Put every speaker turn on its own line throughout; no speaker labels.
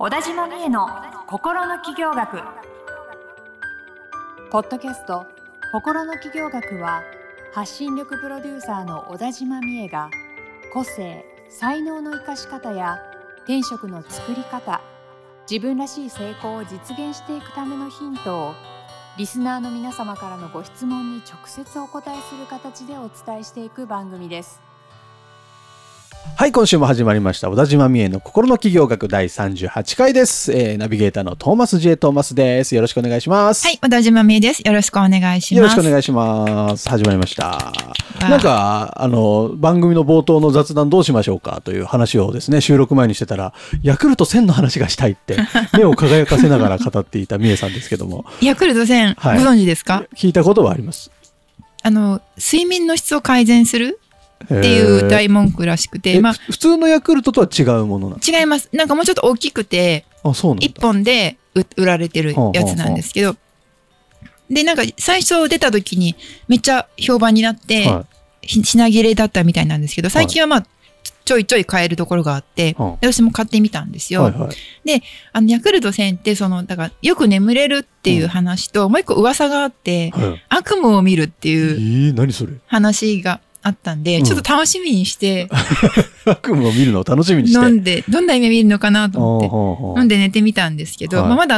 小田島美恵の心の起業学。ポッドキャスト心の起業学は、発信力プロデューサーの小田島美恵が個性、才能の生かし方や転職の作り方、自分らしい成功を実現していくためのヒントをリスナーの皆様からのご質問に直接お答えする形でお伝えしていく番組です。
はい、今週も始まりました小田島美恵の心の起業学第38回です。ナビゲーターのトーマス J トーマスです。よろしくお願いします。
はい、小田島美恵です。よろしくお願いします。
よろしくお願いします。始まりました。なんか番組の冒頭の雑談どうしましょうかという話をですね、収録前にしてたら、ヤクルト1000の話がしたいって目を輝かせながら語っていた美恵さんですけども
ヤクルト1000、はい、ご存知ですか？
聞いたことはあります。
睡眠の質を改善するっていう大文句らしくて、
普通のヤクルトとは違うものなんですか？
違います。なんかもうちょっと大きくて、1本で売られてるやつなんですけど、でなんか最初出た時にめっちゃ評判になって、品切れだったみたいなんですけど、最近はちょいちょい買えるところがあって、私も買ってみたんですよ。で、ヤクルト1000ってだからよく眠れるっていう話と、もう一個噂があって、悪夢を見るっていう
何それ？
話があったんで、ちょっと楽しみにして、
悪夢を見るのを楽しみにして。
飲んで、どんな夢見るのかなと思って、飲んで寝てみたんですけど、まだ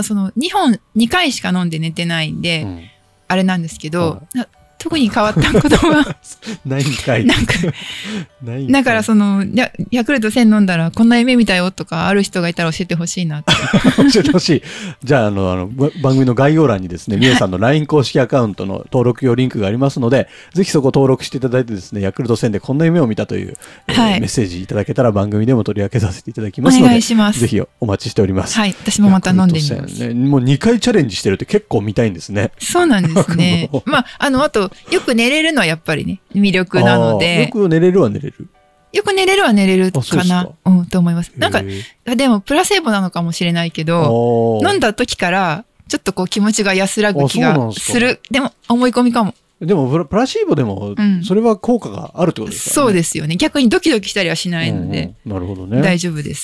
2回しか飲んで寝てないんで、あれなんですけど、特に変わったことは
ないんかい。
だからヤクルト1000飲んだらこんな夢見たよとかある人がいたら教えてほしいなって。
教えてほしい。じゃあ番組の概要欄にですね、美恵さんの LINE 公式アカウントの登録用リンクがありますので、ぜひそこ登録していただいてですね、ヤクルト1000でこんな夢を見たという、メッセージいただけたら番組でも取り上げさせていただきますので、お願いします。ぜひお待ちしております。
はい、私もまた飲んでみます。
もう2回チャレンジしてるって結構見たいんですね。
そうなんですね。あとよく寝れるのはやっぱりね、魅力なので。
よく寝れるは寝れる。
よく寝れるは寝れるかな、と思います。なんか、でもプラセーボなのかもしれないけど、飲んだ時からちょっと気持ちが安らぐ気がする。でも思い込みかも。
でもプラシーボでもそれは効果があるってことですかね。
そうですよね。逆にドキドキしたりはしないので、
なるほどね。
大丈夫です。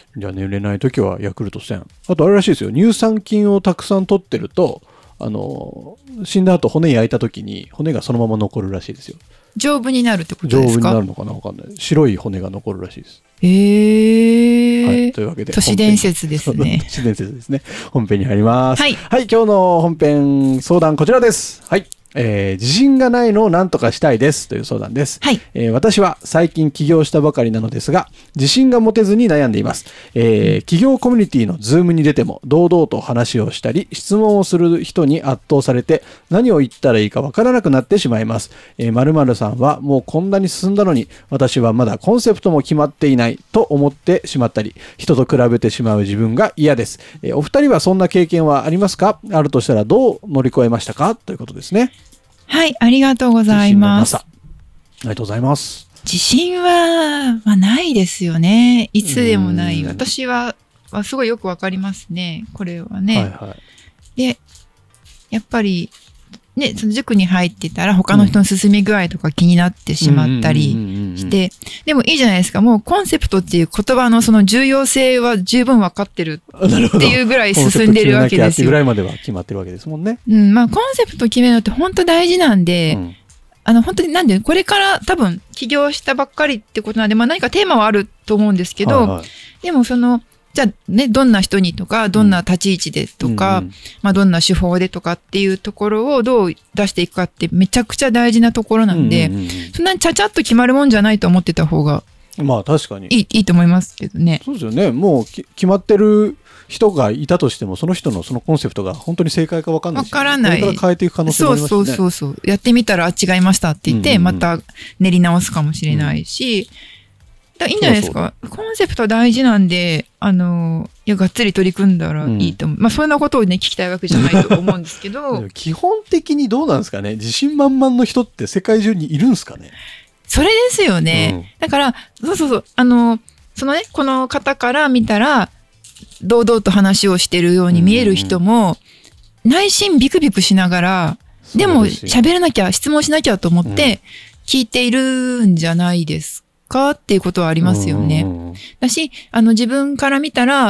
じゃあ寝れない時はヤクルト1000。あとあれらしいですよ。乳酸菌をたくさん取ってると、死んだ後骨焼いた時に骨がそのまま残るらしいですよ。
丈夫になるってことですか？
丈夫になるのかな、わかんない。白い骨が残るらしいです。
はい、
というわけで
都市伝説ですね。
都市伝説ですね。本編に入ります。
はい、
今日の本編相談こちらです。はい。自信がないのを何とかしたいですという相談です。
はい。
私は最近起業したばかりなのですが、自信が持てずに悩んでいます。起業コミュニティのズームに出ても堂々と話をしたり、質問をする人に圧倒されて何を言ったらいいかわからなくなってしまいます。〇〇さんはもうこんなに進んだのに、私はまだコンセプトも決まっていないと思ってしまったり、人と比べてしまう自分が嫌です。お二人はそんな経験はありますか？あるとしたらどう乗り越えましたか？ということですね。
はい、ありがとうございます。
ありがとうございます。
自信は、ないですよね。いつでもない。私はすごいよくわかりますね。これはね。で、やっぱり、ね、その塾に入ってたら他の人の進み具合とか気になってしまったりして、でもいいじゃないですか。もうコンセプトっていう言葉のその重要性は十分分かってるっていうぐらい進んでるわけですよ。
ぐらいまでは決まってるわけですもんね。
コンセプトを決めるのって本当大事なんで、本当にこれから多分起業したばっかりってことなんで、何かテーマはあると思うんですけど、でもじゃあね、どんな人にとか、どんな立ち位置でとか、どんな手法でとかっていうところをどう出していくかってめちゃくちゃ大事なところなんで、そんなにちゃちゃっと決まるもんじゃないと思ってた方が
確かに
いいと思いますけどね。
そうですよね。もう決まってる人がいたとしても、その人のそのコンセプトが本当に正解か分かんないし、
分からない。
これから変えていく可能性もありますしね。
そう。やってみたら違いましたって言って、また練り直すかもしれないし、いいんじゃないですか。コンセプト大事なんで、がっつり取り組んだらいいと思う。そんなことをね、聞きたいわけじゃないと思うんですけど。
基本的にどうなんですかね。自信満々の人って世界中にいるんですかね。
それですよね。だから、そう。この方から見たら、堂々と話をしてるように見える人も、内心ビクビクしながら、でも喋らなきゃ、質問しなきゃと思って聞いているんじゃないですかっていうことはありますよね。だし、自分から見たら、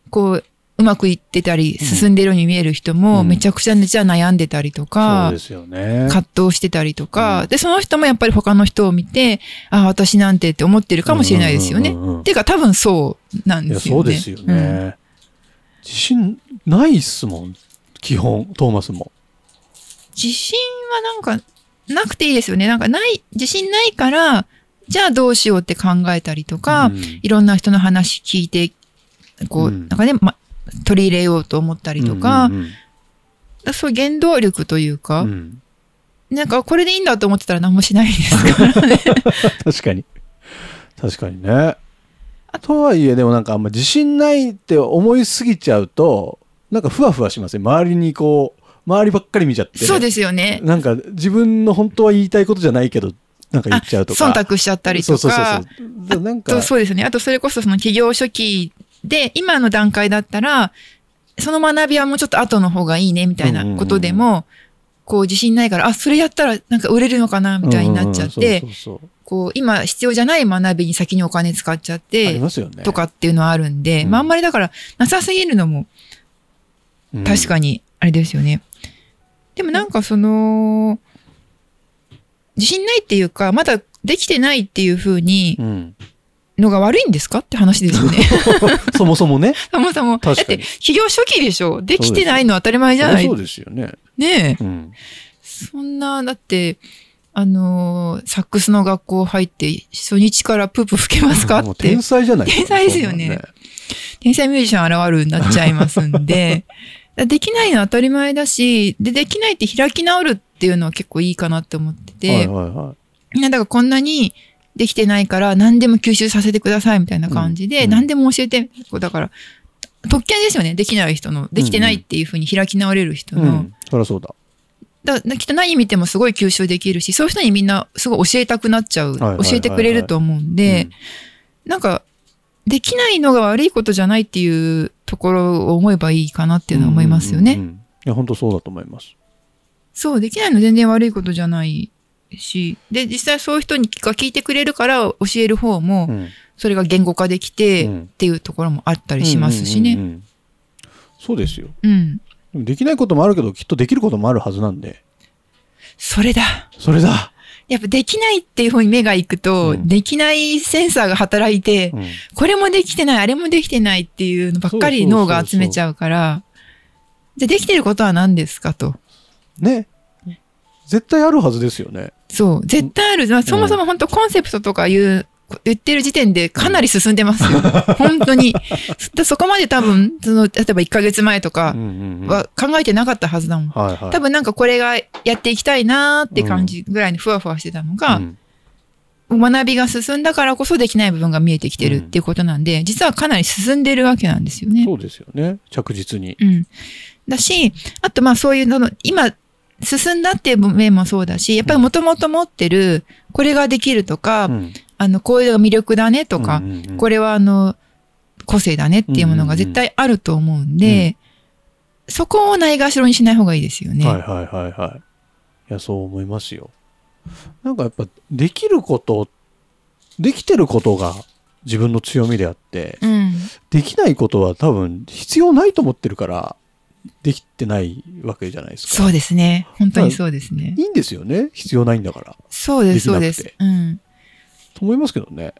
こう、うまくいってたり、進んでるように見える人も、めちゃくちゃじゃあ悩んでたりとか、
そうですよね。
葛藤してたりとか、で、その人もやっぱり他の人を見て、ああ、私なんてって思ってるかもしれないですよね。っていうか多分そうなんですよね。
そうですよね。自信ないっすもん、基本、トーマスも。
自信はなんか、なくていいですよね。なんか自信ないから、じゃあどうしようって考えたりとか、いろんな人の話聞いて、こう、なんかね、取り入れようと思ったりとか、そういう原動力というか、なんかこれでいいんだと思ってたら何もしないですからね。
確かに。確かにね。とはいえ、でもなんかあんま自信ないって思いすぎちゃうと、なんかふわふわしますね。周りにこう、周りばっかり見ちゃって。
そうですよね。
なんか自分の本当は言いたいことじゃないけど、なんか言っちゃうとか。
忖度しちゃったりとか。
そうなんか
そうですね。あとそれこそその企業初期で、今の段階だったら、その学びはもうちょっと後の方がいいねみたいなことでも、こう自信ないから、それやったらなんか売れるのかなみたいになっちゃって、こう今必要じゃない学びに先にお金使っちゃって、
ありますよね。
とかっていうのはあるんで、あんまりだからなさすぎるのも、確かにあれですよね。でもなんかその、自信ないっていうか、まだできてないっていう風に、のが悪いんですかって話ですよね。
そもそもね。
そもそも。だって、企業初期でしょ。できてないの当たり前じゃない。
そうですよね。
ねえ。そんな、だって、サックスの学校入って、初日からプープ吹けますかって。
天才じゃないです
か。天才ですよね。天才ミュージシャン現るになっちゃいますんで。できないのは当たり前だし、できないって開き直るっていうのは結構いいかなって思ってて。だからこんなに、できてないから何でも吸収させてくださいみたいな感じで、何でも教えて、だから、特権ですよね。できない人の、できてないっていうふうに開き直れる人の。
そりゃそうだ。
だからきっと何見てもすごい吸収できるし、そういう人にみんなすごい教えたくなっちゃう。教えてくれると思うんで、なんか、できないのが悪いことじゃないっていうところを思えばいいかなっていうのは思いますよね。
いや、本当そうだと思います。
そう、できないの全然悪いことじゃないし、で、実際そういう人が聞いてくれるから教える方も、それが言語化できてっていうところもあったりしますしね。
そうですよ。できないこともあるけど、きっとできることもあるはずなんで。
それだ。
それだ。
やっぱできないっていう方に目が行くと、できないセンサーが働いて、これもできてない、あれもできてないっていうのばっかり脳が集めちゃうから、じゃあできてることは何ですかと。
ね。絶対あるはずですよね。
そう。絶対ある。そもそも本当コンセプトとか言ってる時点でかなり進んでますよ。本当に。そこまで多分、例えば1ヶ月前とかは考えてなかったはずだもん。多分なんかこれがやっていきたいなーって感じぐらいにふわふわしてたのが、学びが進んだからこそできない部分が見えてきてるっていうことなんで、実はかなり進んでるわけなんですよね。
そうですよね。着実に。
だし、あとそういうの、今、進んだっていう面もそうだし、やっぱりもともと持ってる、これができるとか、こういうのが魅力だねとか、これは個性だねっていうものが絶対あると思うんで、そこをないがしろにしない方がいいですよね。
いや、そう思いますよ。なんかやっぱ、できること、できてることが自分の強みであって、できないことは多分必要ないと思ってるから、できてないわけじゃないですか。
そうですね。本当にそうですね。
いいんですよね。必要ないんだから。
そうです、そうです。
と思いますけどね。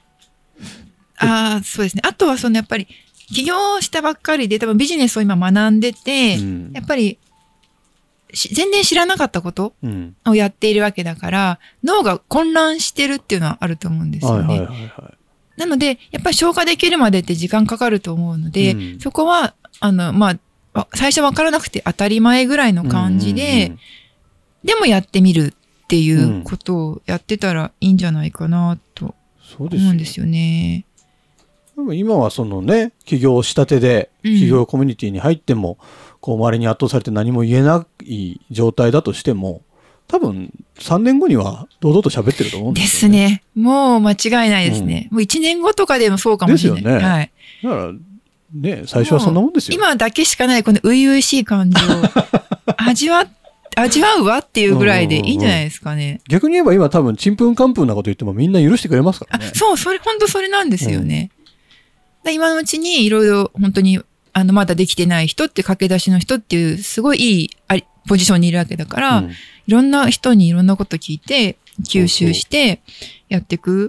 そうですね。あとはやっぱり、起業したばっかりで多分ビジネスを今学んでて、やっぱり、全然知らなかったことをやっているわけだから、脳が混乱してるっていうのはあると思うんですよね。なので、やっぱり消化できるまでって時間かかると思うので、そこは、最初分からなくて当たり前ぐらいの感じで、でもやってみるっていうことをやってたらいいんじゃないかなと思うんですよね。
でも今はそのね、起業したてで、起業コミュニティに入っても、こう周りに圧倒されて何も言えない状態だとしても、多分3年後には堂々と喋ってると思うんですよね。
ですね。もう間違いないですね。もう1年後とかでもそうかもしれない。
ですよね。
はい。
だから、ね、最初はそんなもんですよ。
今だけしかないこの初々しい感じを味わうわっていうぐらいでいいんじゃないですかね。
逆に言えば今多分ちんぷんかんぷんなこと言ってもみんな許してくれますからね。
そう、本当それなんですよね。今のうちにいろいろ本当にまだできてない人って駆け出しの人っていうすごいいいポジションにいるわけだから、いろんな人にいろんなこと聞いて吸収してやっていく。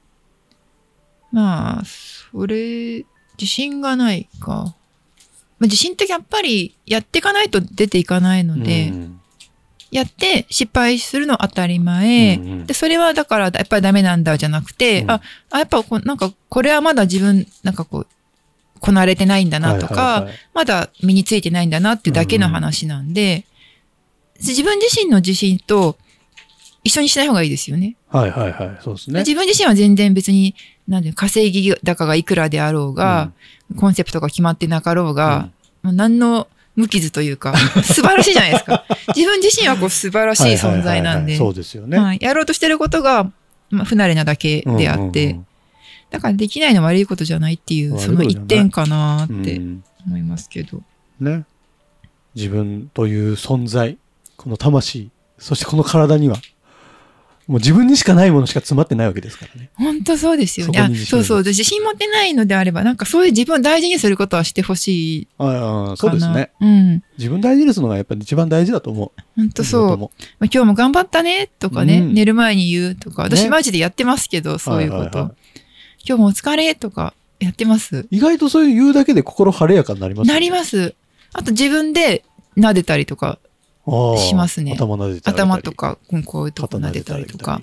まあそれ自信がないか。自信ってやっぱりやっていかないと出ていかないので、やって失敗するの当たり前、でそれはだからやっぱりダメなんだじゃなくて、やっぱなんかこれはまだ自分なんかこなれてないんだなとか、まだ身についてないんだなっていうだけの話なんで、自分自身の自信と一緒にしない方がいいですよね。
そうですね。
自分自身は全然別に稼ぎ高がいくらであろうが、コンセプトが決まってなかろうが、もう何の無傷というか素晴らしいじゃないですか。自分自身は素晴らしい存在なんで、
そうですよね。
やろうとしてることが、不慣れなだけであって、だからできないのは悪いことじゃないっていうその一点かなって思いますけど。
ね。自分という存在、この魂、そしてこの体には。もう自分にしかないものしか詰まってないわけですからね。
本当そうですよね。そう。自信持ってないのであれば、なんかそういう自分を大事にすることはしてほしいかな。
そうですね。自分大事にするのがやっぱり一番大事だと思う。
本当そう。今日も頑張ったねとかね、寝る前に言うとか、私マジでやってますけど、そういうこと。今日もお疲れとかやってます。
意外とそういう言うだけで心晴れやかになりますね。
なります。あと自分で撫でたりとか。しますね。
頭撫でたり。
頭とか、こういうとこ撫でたりとか。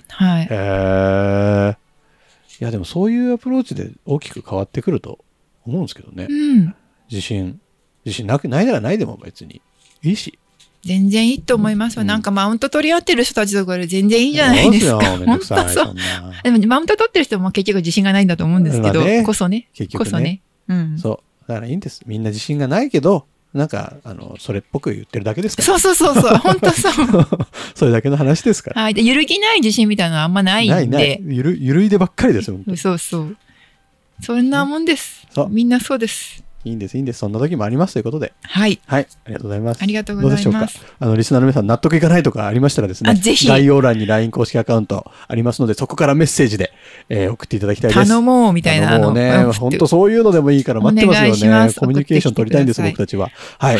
いや、でもそういうアプローチで大きく変わってくると思うんですけどね。自信ないならないでも別にいいし。
全然いいと思いますよ。なんかマウント取り合ってる人たちとかで全然いいんじゃないですか。
めんどくさい。
でもマウント取ってる人も結局自信がないんだと思うんですけど、こそね。
結局ね。そう。だからいいんです。みんな自信がないけど、なんかそれっぽく言ってるだけですから。
そう。本当そう。
それだけの話ですから。
はい。で、揺るぎない自信みたいなのはあんまないんで。ない。
揺るいでばっかりですよ。
そう。そんなもんです。みんなそうです。
いいんです。そんな時もありますということで。
はい。
ありがとうございます。
ありがとうございます。
どうでしょうか。リスナーの皆さん納得いかないとかありましたらですね、
ぜひ
概要欄に LINE 公式アカウントありますので、そこからメッセージで、送っていただきたいです。
頼もうみたいな。
もうね、本当そういうのでもいいから待ってますよね。コミュニケーション取りたいんです、僕たちは。はい。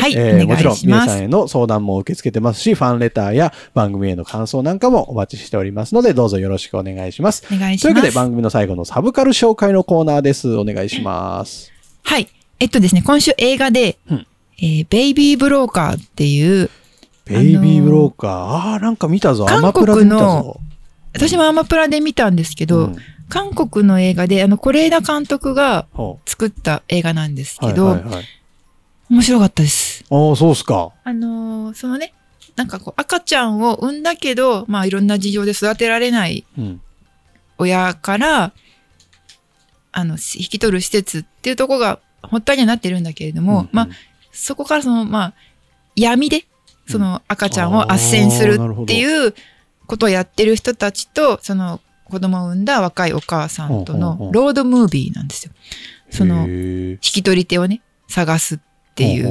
もちろん、皆さんへの相談も受け付けてますし、ファンレターや番組への感想なんかもお待ちしておりますので、どうぞよろしくお願いします。
お願いします。
というわけで、番組の最後のサブカル紹介のコーナーです。お願いします。
はい。ですね、今週映画で、ベイビーブローカーっていう。
ベイビーブローカー。なんか見たぞ。アマプラで見たぞ。
私もアマプラで見たんですけど、韓国の映画で、是枝監督が作った映画なんですけど、面白かったです。
そうっすか。
そのね、なんか赤ちゃんを産んだけど、いろんな事情で育てられない親から、引き取る施設っていうところが、発端にはなってるんだけれども、そこから闇で、その赤ちゃんを斡旋するっていうことをやってる人たちと、その子供を産んだ若いお母さんとのロードムービーなんですよ。その、引き取り手をね、探すっていう、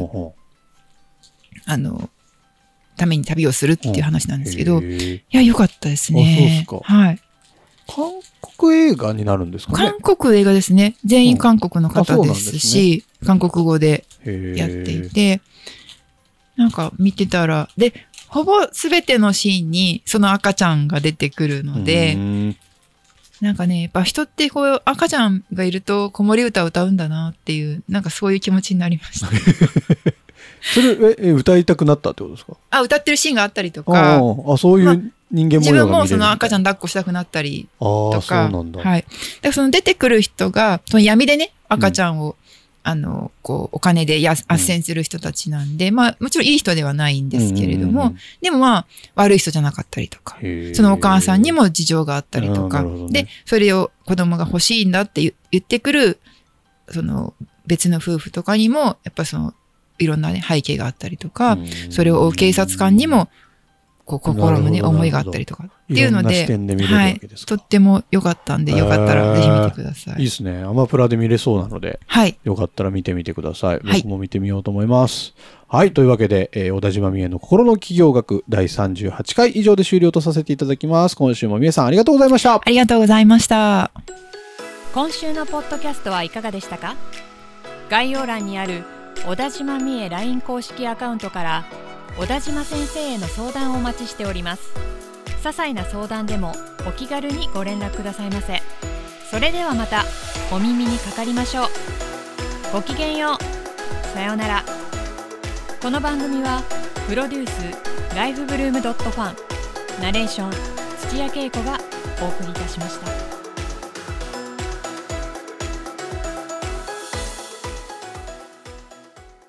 ために旅をするっていう話なんですけど、いや、良かったですね。はい。
韓国映画になるんですかね。
韓国映画ですね。全員韓国の方ですし、韓国語でやっていて、なんか見てたら、で、ほぼ全てのシーンにその赤ちゃんが出てくるので、なんかね、やっぱ人って赤ちゃんがいると子守歌を歌うんだなっていう、なんかそういう気持ちになりました。
それ、歌いたくなったってことですか？
歌ってるシーンがあったりとか、
そういう人間模様が見れる。
自分もその赤ちゃん抱っこしたくなったりとか、
そうなんだ。
はい。で、その出てくる人が、その闇でね、赤ちゃんを、お金で斡旋する人たちなんで、もちろんいい人ではないんですけれども、でも悪い人じゃなかったりとか、そのお母さんにも事情があったりとか、で、それを子供が欲しいんだって言ってくる、その別の夫婦とかにも、やっぱいろんなね、背景があったりとか、それを追う警察官にも、心のね、思いがあったりとかっていうので、はい、とっても良かったんで、よかったらぜひ見てください。
いいですね。アマプラで見れそうなので、
はい、
よかったら見てみてください。僕も見てみようと思います。はい、というわけで、小田島美恵の心の企業学第38回以上で終了とさせていただきます。今週も美恵さんありがとうございました。
ありがとうございました。
今週のポッドキャストはいかがでしたか？概要欄にある小田島美恵 LINE 公式アカウントから小田島先生への相談をお待ちしております。些細な相談でもお気軽にご連絡くださいませ。それではまたお耳にかかりましょう。ごきげんよう。さようなら。この番組はプロデュースライフブルームドットファン、ナレーション土屋恵子がお送りいたしました。